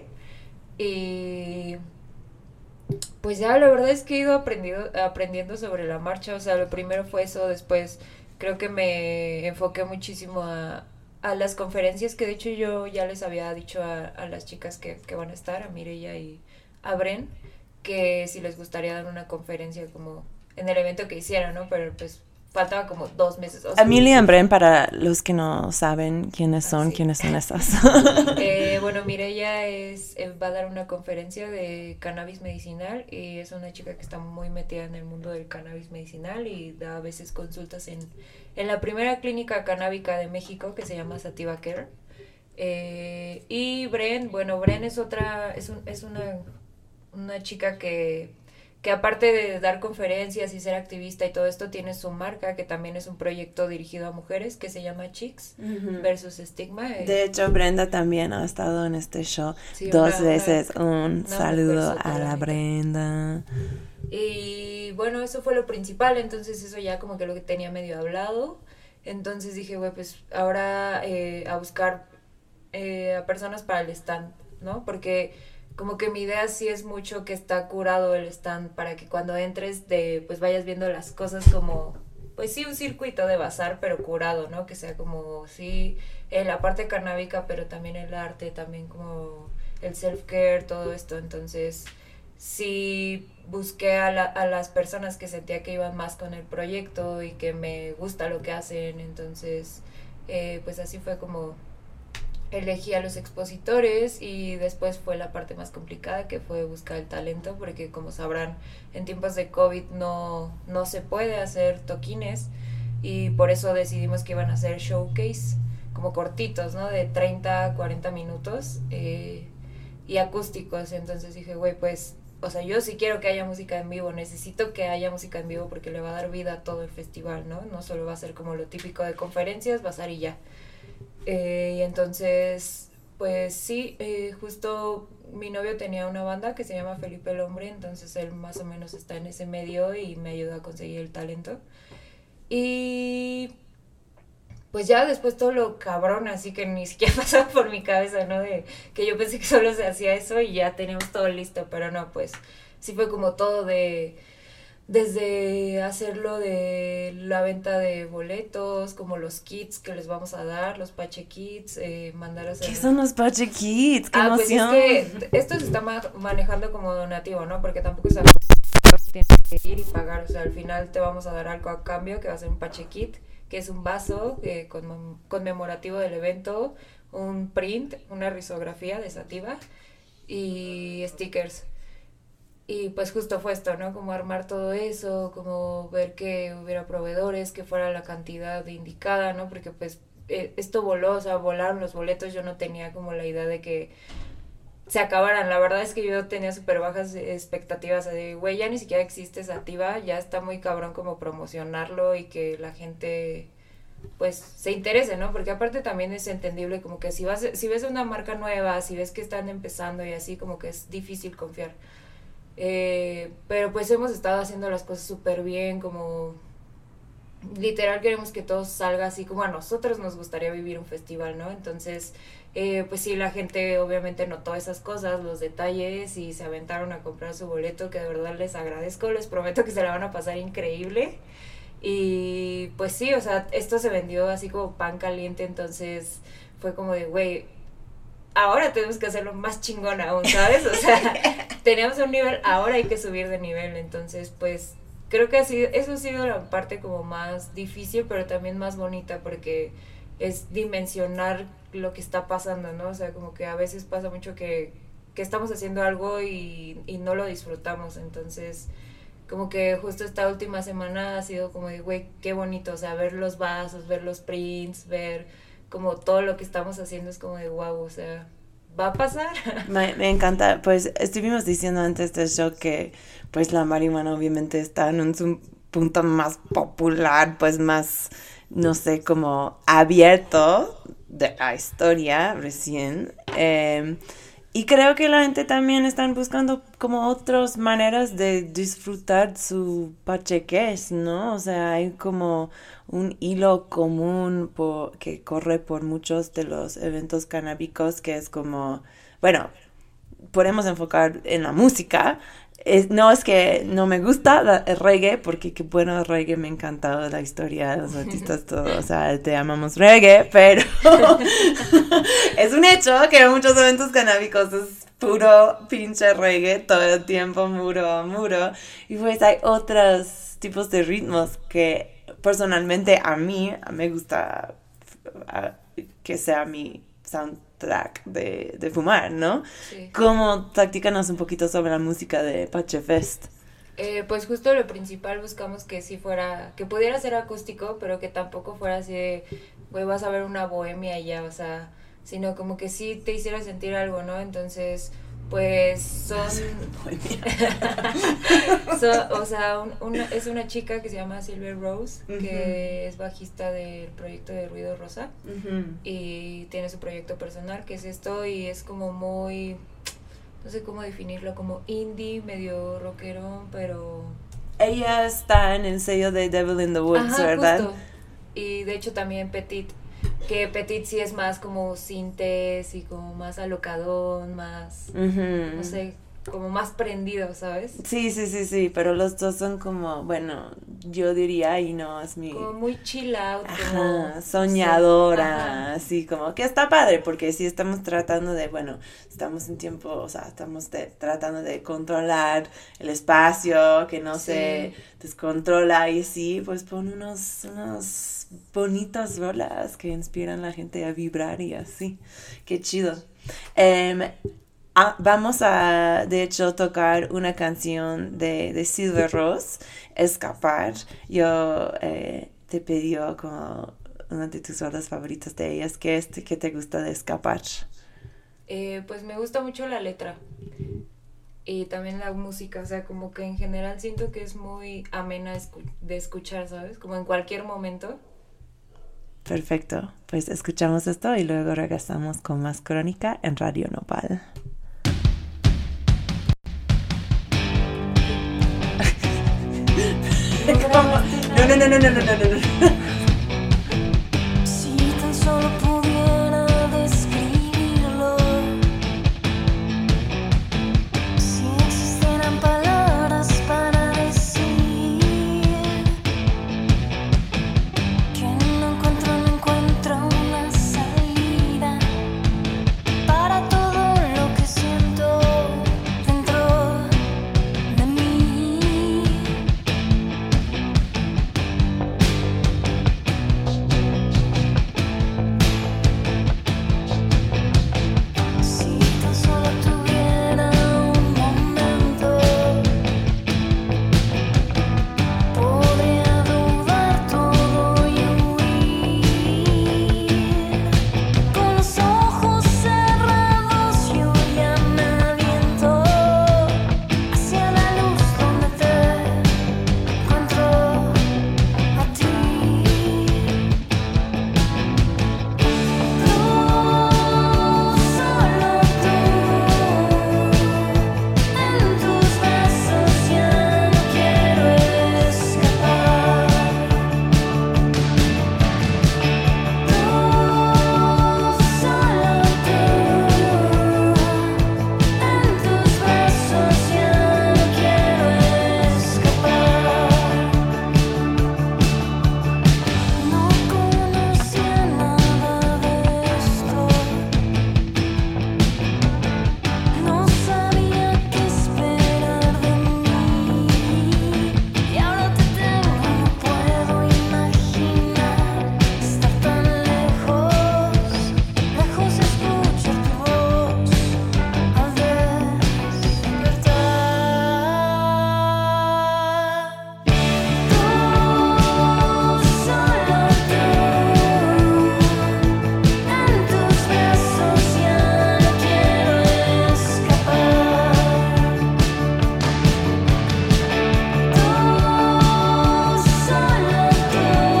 Y pues ya la verdad es que he ido aprendiendo sobre la marcha. O sea, lo primero fue eso, después creo que me enfoqué muchísimo a las conferencias, que de hecho yo ya les había dicho a las chicas que van a estar, a Mireia y a Bren, que si les gustaría dar una conferencia como en el evento que hicieron, ¿no? Pero pues faltaba como 2 meses. O sea, Amelia y Bren, para los que no saben quiénes son estas. Bueno, Mireia va a dar una conferencia de cannabis medicinal y es una chica que está muy metida en el mundo del cannabis medicinal y da a veces consultas en la primera clínica canábica de México que se llama Sativa Care. Y Bren es una chica que aparte de dar conferencias y ser activista y todo esto, tiene su marca, que también es un proyecto dirigido a mujeres, que se llama Chicks versus Stigma. De hecho, Brenda también ha estado en este show Sí, 2 veces. Un saludo mujer a la súper Brenda. Y bueno, eso fue lo principal, entonces eso ya como que lo que tenía medio hablado. Entonces dije, güey, pues ahora a buscar a personas para el stand, ¿no? Porque como que mi idea sí es mucho que está curado el stand para que cuando entres pues vayas viendo las cosas como, pues sí, un circuito de bazar, pero curado, ¿no? Que sea como, sí, la parte canábica, pero también el arte, también como el self-care, todo esto. Entonces sí busqué a las personas que sentía que iban más con el proyecto y que me gusta lo que hacen. Entonces pues así fue como elegí a los expositores y después fue la parte más complicada, que fue buscar el talento, porque como sabrán, en tiempos de COVID no se puede hacer toquines y por eso decidimos que iban a hacer showcase como cortitos, ¿no? De 30 a 40 minutos y acústicos. Entonces dije, güey, pues, o sea, yo sí quiero que haya música en vivo, necesito que haya música en vivo porque le va a dar vida a todo el festival, ¿no? No solo va a ser como lo típico de conferencias, bazar y ya. Y entonces, pues sí, justo mi novio tenía una banda que se llama Felipe el Hombre, entonces él más o menos está en ese medio y me ayuda a conseguir el talento. Y pues ya después todo lo cabrón, así que ni siquiera pasaba por mi cabeza, ¿no? De que yo pensé que solo se hacía eso y ya teníamos todo listo, pero no, pues sí fue como todo desde hacerlo de la venta de boletos, como los kits que les vamos a dar, los Pache Kits, mandar a hacer... ¿Qué son los Pache Kits? ¡Qué emoción! Pues es que esto se está manejando como donativo, ¿no? Porque tampoco es algo que tienes que ir y pagar, o sea, al final te vamos a dar algo a cambio, que va a ser un Pache Kit, que es un vaso conmemorativo del evento, un print, una risografía de Sativa y stickers. Y pues justo fue esto, ¿no? Como armar todo eso, como ver que hubiera proveedores, que fuera la cantidad indicada, ¿no? Porque pues esto voló, o sea, volaron los boletos, yo no tenía como la idea de que se acabaran. La verdad es que yo tenía súper bajas expectativas de, güey, ya ni siquiera existe Sativa, ya está muy cabrón como promocionarlo y que la gente pues se interese, ¿no? Porque aparte también es entendible como que si ves una marca nueva, si ves que están empezando y así, como que es difícil confiar. Pero pues hemos estado haciendo las cosas súper bien, como literal queremos que todo salga así como a nosotros nos gustaría vivir un festival, ¿no? Entonces, pues sí, la gente obviamente notó esas cosas, los detalles y se aventaron a comprar su boleto, que de verdad les agradezco, les prometo que se la van a pasar increíble. Y pues sí, o sea, esto se vendió así como pan caliente, entonces fue como de, güey, ahora tenemos que hacerlo más chingón aún, ¿sabes? O sea, tenemos un nivel, ahora hay que subir de nivel, entonces pues creo que eso ha sido la parte como más difícil, pero también más bonita, porque es dimensionar lo que está pasando, ¿no? O sea, como que a veces pasa mucho que estamos haciendo algo y no lo disfrutamos, entonces como que justo esta última semana ha sido como de, güey, qué bonito, o sea, ver los vasos, ver los prints, ver como todo lo que estamos haciendo es como de wow, o sea, ¿va a pasar? Me encanta, pues estuvimos diciendo antes del show que pues la marihuana obviamente está en un punto más popular, pues más, no sé, como abierto de la historia recién. Y creo que la gente también están buscando como otras maneras de disfrutar su pacheques, ¿no? O sea, hay como un hilo común que corre por muchos de los eventos canábicos, que es como, bueno, podemos enfocar en la música. No es que no me gusta el reggae, porque qué bueno el reggae, me ha encantado la historia, los artistas, todo, o sea, te amamos reggae, pero es un hecho que en muchos eventos canábicos es puro pinche reggae todo el tiempo, muro a muro, y pues hay otros tipos de ritmos que personalmente a mí me gusta que sea mi soundtrack de fumar, ¿no? Sí. ¿Cómo practícanos un poquito sobre la música de Pache Fest? Pues justo lo principal buscamos que sí fuera, que pudiera ser acústico, pero que tampoco fuera así de, güey, vas a ver una bohemia y ya, o sea, sino como que sí te hiciera sentir algo, ¿no? Entonces, pues o sea, es una chica que se llama Silver Rose, uh-huh, que es bajista del proyecto de Ruido Rosa, uh-huh, y tiene su proyecto personal, que es esto, y es como muy, no sé cómo definirlo, como indie, medio rockerón, pero... Ella está en el sello de Devil in the Woods, ajá, ¿verdad? Justo. Y de hecho también Petit, que Petit sí es más como sintes y como más alocadón, más, uh-huh, no sé, como más prendido, ¿sabes? Sí, pero los dos son como, bueno, yo diría, y no es mi... Como muy chill out, ajá, como... soñadora, ajá, así como, que está padre, porque sí estamos tratando de, bueno, estamos en tiempo, o sea, estamos tratando de controlar el espacio, que no se descontrola, y sí, pues pon unos bonitas rolas que inspiran a la gente a vibrar y así, qué chido. Vamos a, de hecho, tocar una canción de Silver Rose, Escapar. Yo te pedí como una de tus rolas favoritas de ellas. ¿Qué te gusta de Escapar? Pues me gusta mucho la letra y también la música, o sea, como que en general siento que es muy amena de escuchar, ¿sabes? Como en cualquier momento. Perfecto, pues escuchamos esto y luego regresamos con más Crónica en Radio Nopal. pongo. No. Si tan solo pudiera describirlo, si existieran palabras para decir que no encuentro una salida para todo lo que siento dentro de mí. Si tan solo tuviera un momento, podría dudar todo y huir. Con los ojos cerrados yo ya me aviento hacia la luz donde te encuentro a ti. Solo tú, en tus besos ya no quiero escapar. Solo tú, en tus besos ya no quiero escapar. No conocía nada de esto, no sabía qué esperar de mí, y ahora te tengo, no puedo imaginar estar tan lejos, lejos de escuchar tu voz al despertar. Solo tú, en tus besos ya no quiero escapar. Solo tú,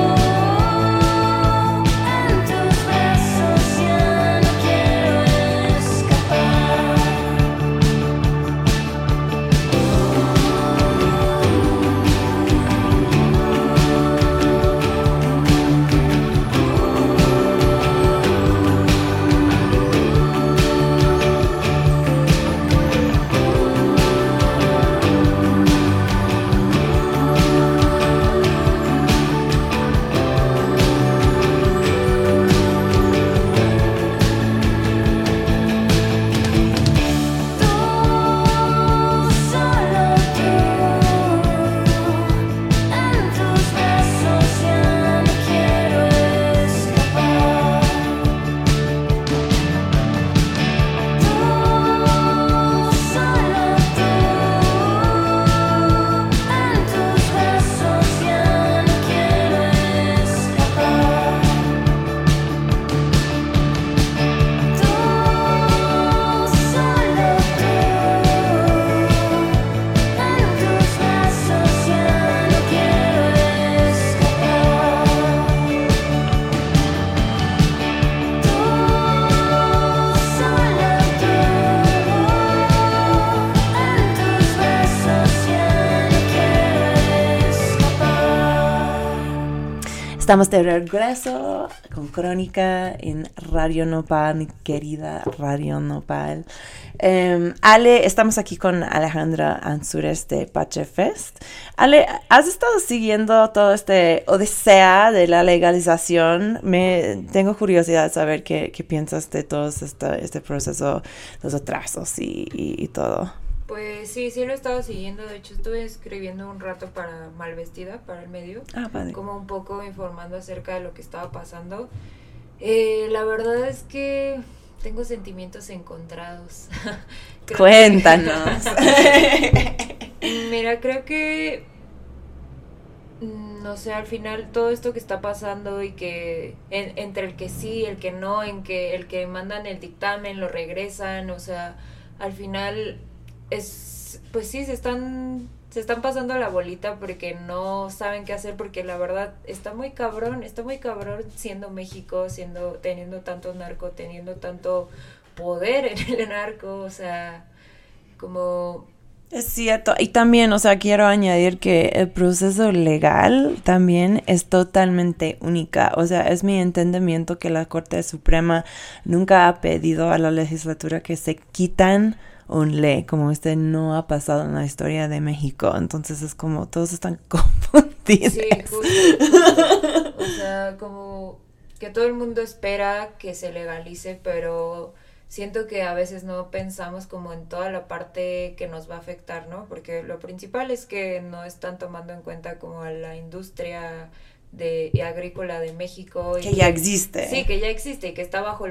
en tus besos ya no quiero escapar. Solo tú, en tus besos ya no quiero escapar. Solo tú, en tus besos ya no quiero escapar. Solo tú, en tus besos ya no quiero escapar. Solo tú, en tus besos ya no quiero escapar. Estamos de regreso con Crónica en Radio Nopal, mi querida Radio Nopal. Ale, estamos aquí con Alejandra Ansúrez de Pache Fest. Ale, ¿has estado siguiendo todo este odisea de la legalización? Tengo curiosidad de saber qué piensas de todo este proceso, los atrasos y todo. Pues sí, lo he estado siguiendo. De hecho, estuve escribiendo un rato para Malvestida, para el medio. Ah, padre. Como un poco informando acerca de lo que estaba pasando. La verdad es que tengo sentimientos encontrados. Cuéntanos. Mira, creo que no sé, al final todo esto que está pasando y que entre el que sí, el que no, en que el que mandan el dictamen lo regresan, o sea, al final pues sí, se están pasando la bolita porque no saben qué hacer, porque la verdad está muy cabrón siendo México, teniendo tanto narco, teniendo tanto poder en el narco, o sea, como Es cierto, y también, o sea, quiero añadir que el proceso legal también es totalmente única. O sea, es mi entendimiento que la Corte Suprema nunca ha pedido a la legislatura que se quitan un ley, como no ha pasado en la historia de México. Entonces es como todos están confundidos. Sí, justo. O sea, como que todo el mundo espera que se legalice, pero siento que a veces no pensamos como en toda la parte que nos va a afectar, ¿no? Porque lo principal es que no están tomando en cuenta como a la industria agrícola de México. Que ya existe. Sí, que ya existe y que está bajo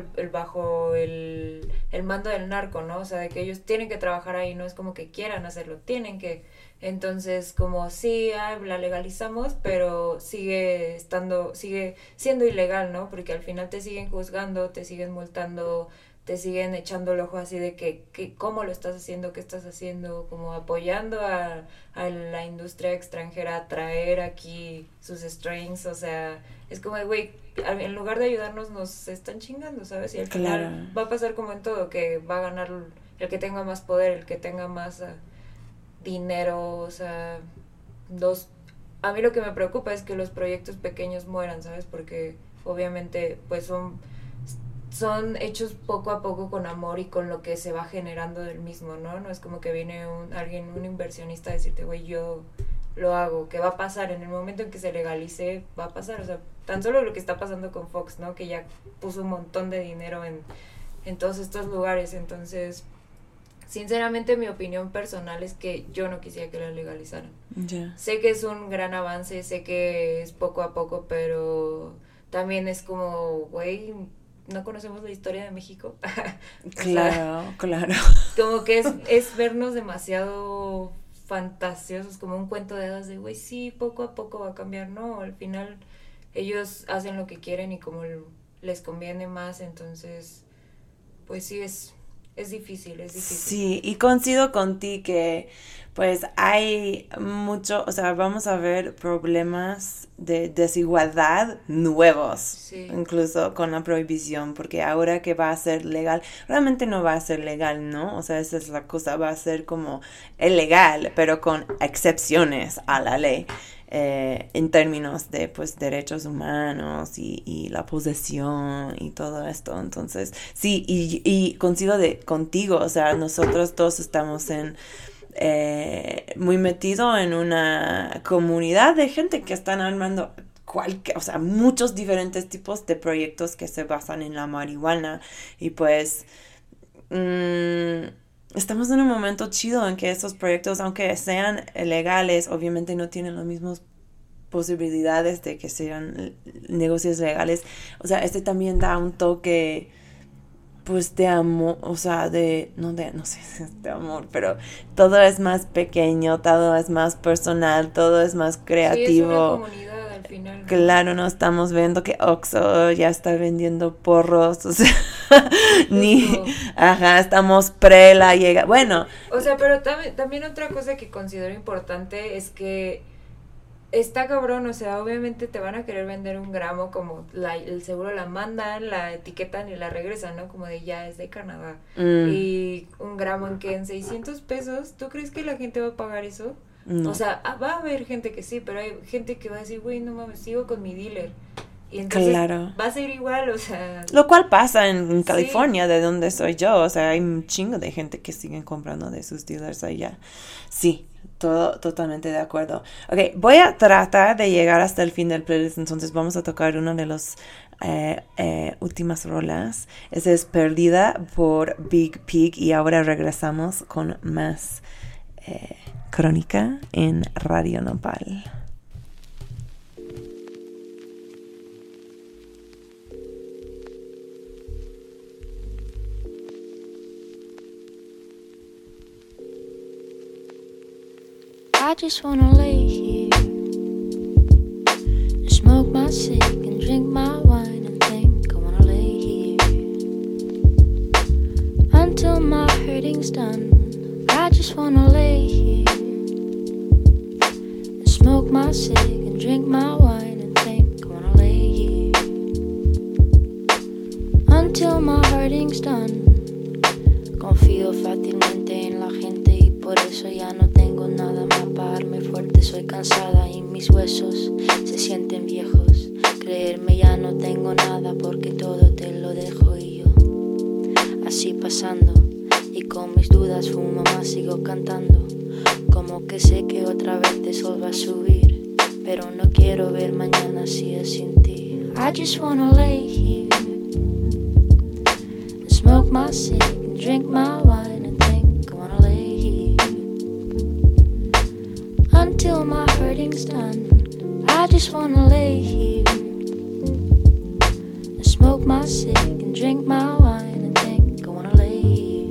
el mando del narco, ¿no? O sea, de que ellos tienen que trabajar ahí, no es como que quieran hacerlo, tienen que. Entonces, como sí, la legalizamos, pero sigue siendo ilegal, ¿no? Porque al final te siguen juzgando, te siguen multando, te siguen echando el ojo así de que cómo lo estás haciendo, qué estás haciendo, como apoyando a la industria extranjera a traer aquí sus strains, o sea, es como, güey, en lugar de ayudarnos nos están chingando, ¿sabes? Y al final va a pasar como en todo, que va a ganar el que tenga más poder, el que tenga más dinero, o sea, a mí lo que me preocupa es que los proyectos pequeños mueran, ¿sabes? Porque obviamente pues son hechos poco a poco con amor y con lo que se va generando del mismo, ¿no? No es como que viene un inversionista a decirte, güey, yo lo hago, ¿qué va a pasar? En el momento en que se legalice, va a pasar, o sea, tan solo lo que está pasando con Fox, ¿no? Que ya puso un montón de dinero en todos estos lugares, entonces, sinceramente mi opinión personal es que yo no quisiera que la legalizaran. Yeah. Sé que es un gran avance, sé que es poco a poco, pero también es como, güey, no conocemos la historia de México. Claro, claro. Como que es vernos demasiado fantasiosos, como un cuento de hadas de, güey, sí, poco a poco va a cambiar, ¿no? Al final ellos hacen lo que quieren y como les conviene más, entonces, pues sí, es difícil, es difícil. Sí, y coincido contigo que pues hay mucho, o sea, vamos a ver problemas de desigualdad nuevos, sí, incluso con la prohibición, porque ahora que va a ser legal, realmente no va a ser legal, ¿no? O sea, esa es la cosa, va a ser como ilegal, pero con excepciones a la ley. En términos de pues derechos humanos y la posesión y todo esto. Entonces sí, y coincido contigo, o sea, nosotros todos estamos muy metidos en una comunidad de gente que están armando o sea, muchos diferentes tipos de proyectos que se basan en la marihuana y pues estamos en un momento chido en que esos proyectos, aunque sean legales, obviamente no tienen las mismas posibilidades de que sean negocios legales. O sea, también da un toque, pues, de amor, o sea, no sé si es de amor, pero todo es más pequeño, todo es más personal, todo es más creativo. Sí, es una comunidad al final, ¿no? Claro, no estamos viendo que Oxxo ya está vendiendo porros, o sea, estamos la llega, bueno. O sea, pero también otra cosa que considero importante es que está cabrón, o sea, obviamente te van a querer vender un gramo como el seguro la mandan, la etiquetan y la regresan, ¿no? Como de ya es de Canadá. Y un gramo en $600, ¿tú crees que la gente va a pagar eso? No. O sea, va a haber gente que sí, pero hay gente que va a decir, güey, no mames, sigo con mi dealer. Y entonces va a ser igual, o sea. Lo cual pasa en California, sí, de donde soy yo, o sea, hay un chingo de gente que siguen comprando de sus dealers allá. Sí, totalmente de acuerdo. Ok, voy a tratar de llegar hasta el fin del playlist, entonces vamos a tocar una de las últimas rolas. Esa es Perdida por Big Pig y ahora regresamos con más Crónica en Radio Nopal. I just wanna lay here and smoke my cig and drink my wine and think. I wanna lay here until my hurting's done. I just wanna lay here and smoke my cig and drink my wine and think. I wanna lay here until my hurting's done. Confío fácilmente en la gente y por eso ya no tengo nada más para darme fuerte. Soy cansada y mis huesos se sienten viejos. Creerme ya no tengo nada porque todo te lo dejo y yo así pasando. Y con mis dudas fumo más, sigo cantando. Como que sé que otra vez el sol va a subir, pero no quiero ver mañana si es sin ti. I just wanna lay here and smoke my cig and drink my wine and think I wanna lay here until my hurting's done. I just wanna lay here and smoke my cig and drink my wine and think I wanna lay here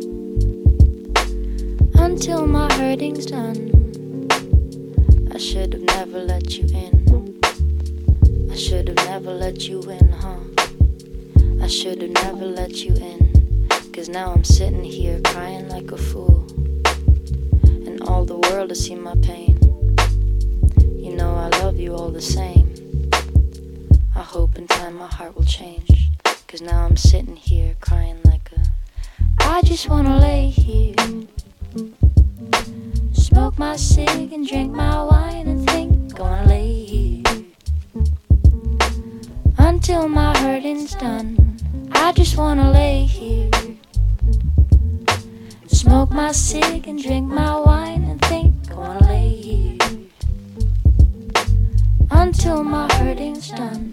until my hurting's done. I should have never let you in. I should have never let you in, huh? I should have never let you in. 'Cause now I'm sitting here crying like a fool, and all the world has seen my pain. You know I love you all the same. I hope in time my heart will change. 'Cause now I'm sitting here crying like a... I just wanna lay here, smoke my cig and drink my wine and think I wanna lay here until my hurting's done. I just wanna lay here, smoke my cig and drink my wine and think I wanna lay here until my hurting's done.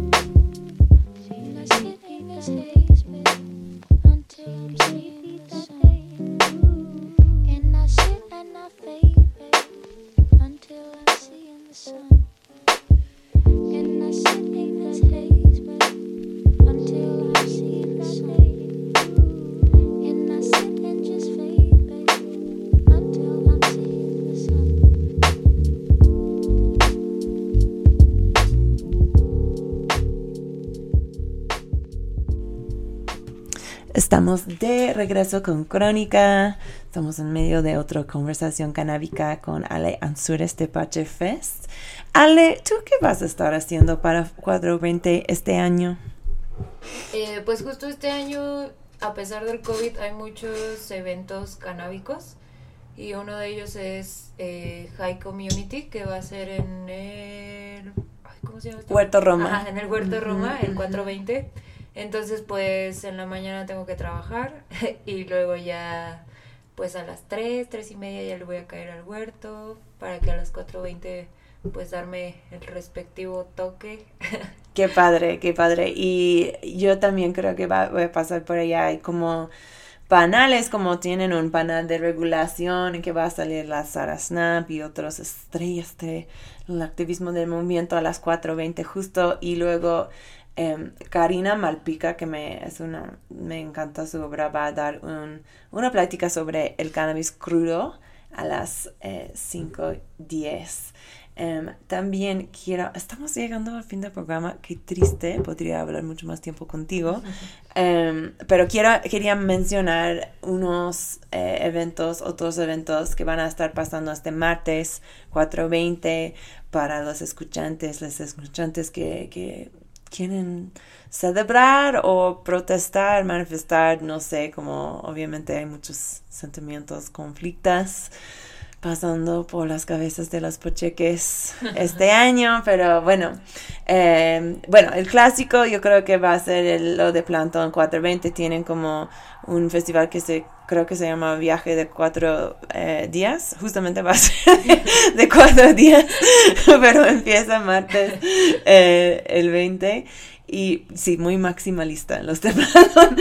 I sit in this haze, babe, until I'm seeing the sun. And I sit and I fade, babe, until I'm seeing the sun. And I sit in this haze, babe, until I'm seeing the sun. And I sit and just fade, babe, until I'm seeing the sun. Estamos de regreso con Crónica. Estamos en medio de otra conversación canábica con Ale Ansures de Pache Fest. Ale, ¿tú qué vas a estar haciendo para 420 este año? Pues justo este año, a pesar del COVID, hay muchos eventos canábicos. Y uno de ellos es High Community, que va a ser en el... ¿cómo se llama? Huerto Roma. Ajá, en el Huerto Roma, el 420. Entonces, pues, en la mañana tengo que trabajar y luego ya, pues, a las 3:30 ya le voy a caer al huerto para que a las 4:20, pues, darme el respectivo toque. Qué padre, qué padre. Y yo también creo que voy a pasar por allá. Hay como panales, como tienen un panel de regulación en que va a salir la Sara Snap y otras estrellas del activismo del movimiento a las 4:20 justo. Y luego... Karina Malpica, que me encanta su obra, va a dar una plática sobre el cannabis crudo a las 5:10. También estamos llegando al fin del programa, qué triste, podría hablar mucho más tiempo contigo, pero quería mencionar unos otros eventos que van a estar pasando este martes 4:20 para los escuchantes que quieren celebrar o protestar, manifestar, no sé, como obviamente hay muchos sentimientos, conflictos pasando por las cabezas de los pocheques este año, pero bueno, el clásico yo creo que va a ser lo de Plantón 420. Tienen como un festival que creo que se llama Viaje de 4 días, justamente va a ser de 4 días, pero empieza martes el 20. Y sí, muy maximalista en los de Plantón.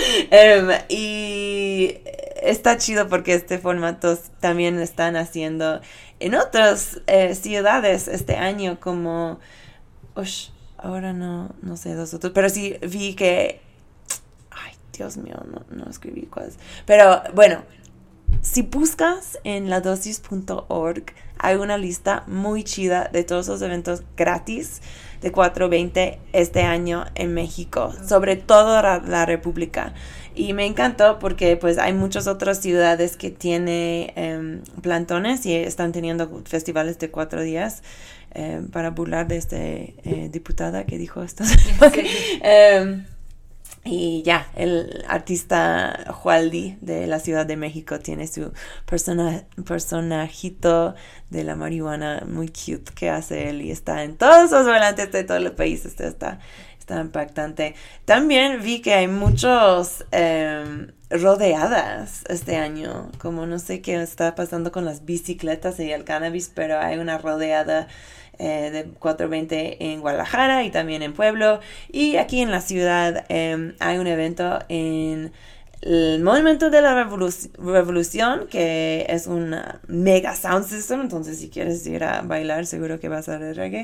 Y está chido porque este formato también están haciendo en otras ciudades este año, como ahora no sé los otros, pero sí vi que Dios mío, no escribí cuáles, pero bueno, si buscas en ladosis.org hay una lista muy chida de todos los eventos gratis de 420 este año en México, sobre todo la República. Y me encantó porque pues hay muchas otras ciudades que tienen plantones y están teniendo festivales de 4 días para burlar de esta diputada que dijo esto. Y ya, el artista Jualdi de la Ciudad de México tiene su personajito de la marihuana muy cute que hace él y está en todos los volantes de todo el país. Está impactante. También vi que hay muchos rodeadas este año, como no sé qué está pasando con las bicicletas y el cannabis, pero hay una rodeada de 420 en Guadalajara y también en Pueblo, y aquí en la ciudad hay un evento en el Monumento de la Revolución, que es una mega sound system, entonces si quieres ir a bailar seguro que vas a ver reggae.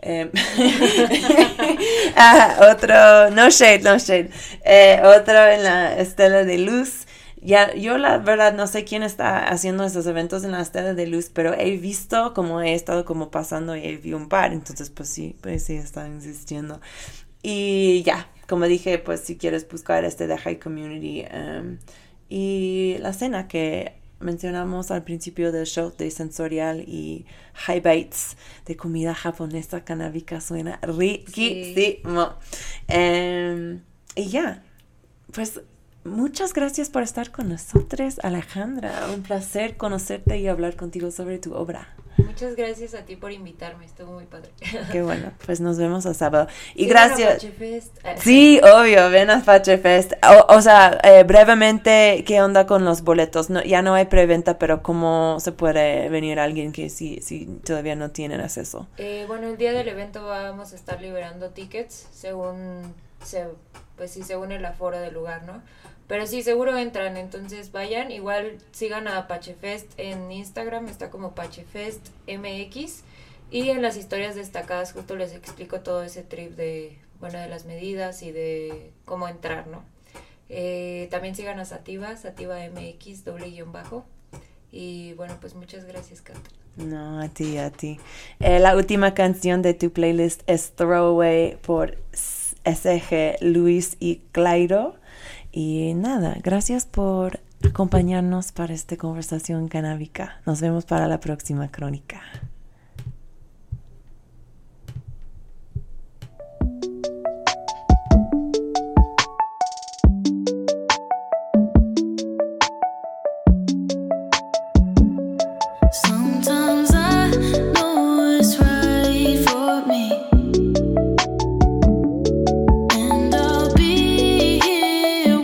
Otro, no shade, otro en la Estela de Luz. Ya, yo la verdad no sé quién está haciendo esos eventos en la Estela de Luz, pero he visto como he estado como pasando y vi un par, entonces pues sí están existiendo. Y ya, como dije, pues si quieres buscar de High Community y la cena que mencionamos al principio del show de Sensorial y High Bites de comida japonesa canábica suena riquísimo. Y ya, pues muchas gracias por estar con nosotros, Alejandra. Un placer conocerte y hablar contigo sobre tu obra. Muchas gracias a ti por invitarme, estuvo muy padre. Qué bueno, pues nos vemos el sábado. Y Sí, gracias. Pache Fest. Sí, obvio, ven a Pache Fest. O sea, brevemente, ¿qué onda con los boletos? No, ya no hay preventa, pero ¿cómo se puede venir alguien que sí todavía no tienen acceso? Bueno, el día del evento vamos a estar liberando tickets según el aforo del lugar, ¿no? Pero sí, seguro entran, entonces vayan. Igual sigan a Pachefest en Instagram, está como Pachefest MX. Y en las historias destacadas justo les explico todo ese trip de las medidas y de cómo entrar, ¿no? También sigan a Sativa MX, _. Y bueno, pues muchas gracias, Kat. No, a ti. La última canción de tu playlist es Throwaway por SG, Luis y Clairo. Y nada, gracias por acompañarnos para esta conversación canábica. Nos vemos para la próxima crónica. Sometimes I know it's right for me, and I'll be here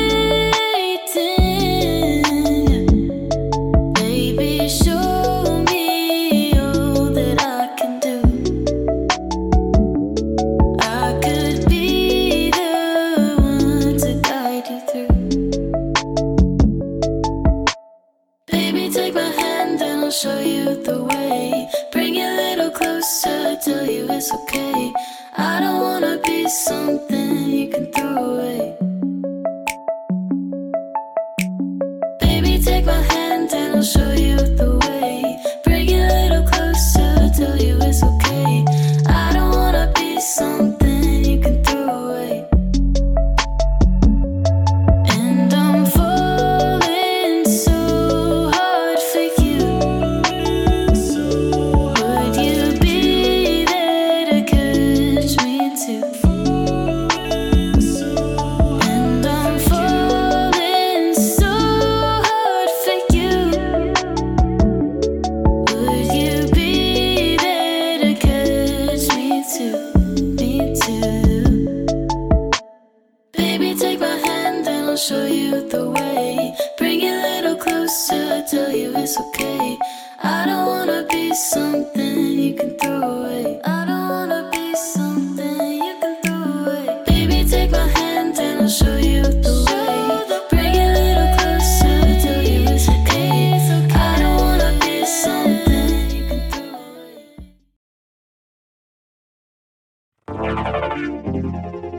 waiting. Baby, show me all that I can do. I could be the one to guide you through. Baby, take my hand and I'll show you the way. Bring it a little closer, tell you it's okay. I don't wanna be something you can throw away. Baby, take my hand and I'll show you the way. Bring it a little closer, tell you it's okay. I don't wanna be something you can throw away. And I'm falling so hard for you. Would you be there to catch me too? And I'm falling so hard for you. Would you be there to catch me too? Me too. Baby, take my hand and I'll show you the way. Bring it a little closer, tell you it's okay. I don't wanna be something you can throw away. I don't wanna be something you can throw away. Baby, take my hand and I'll show you the way. Bring it a little closer, tell you it's okay. I don't wanna be something you can throw away.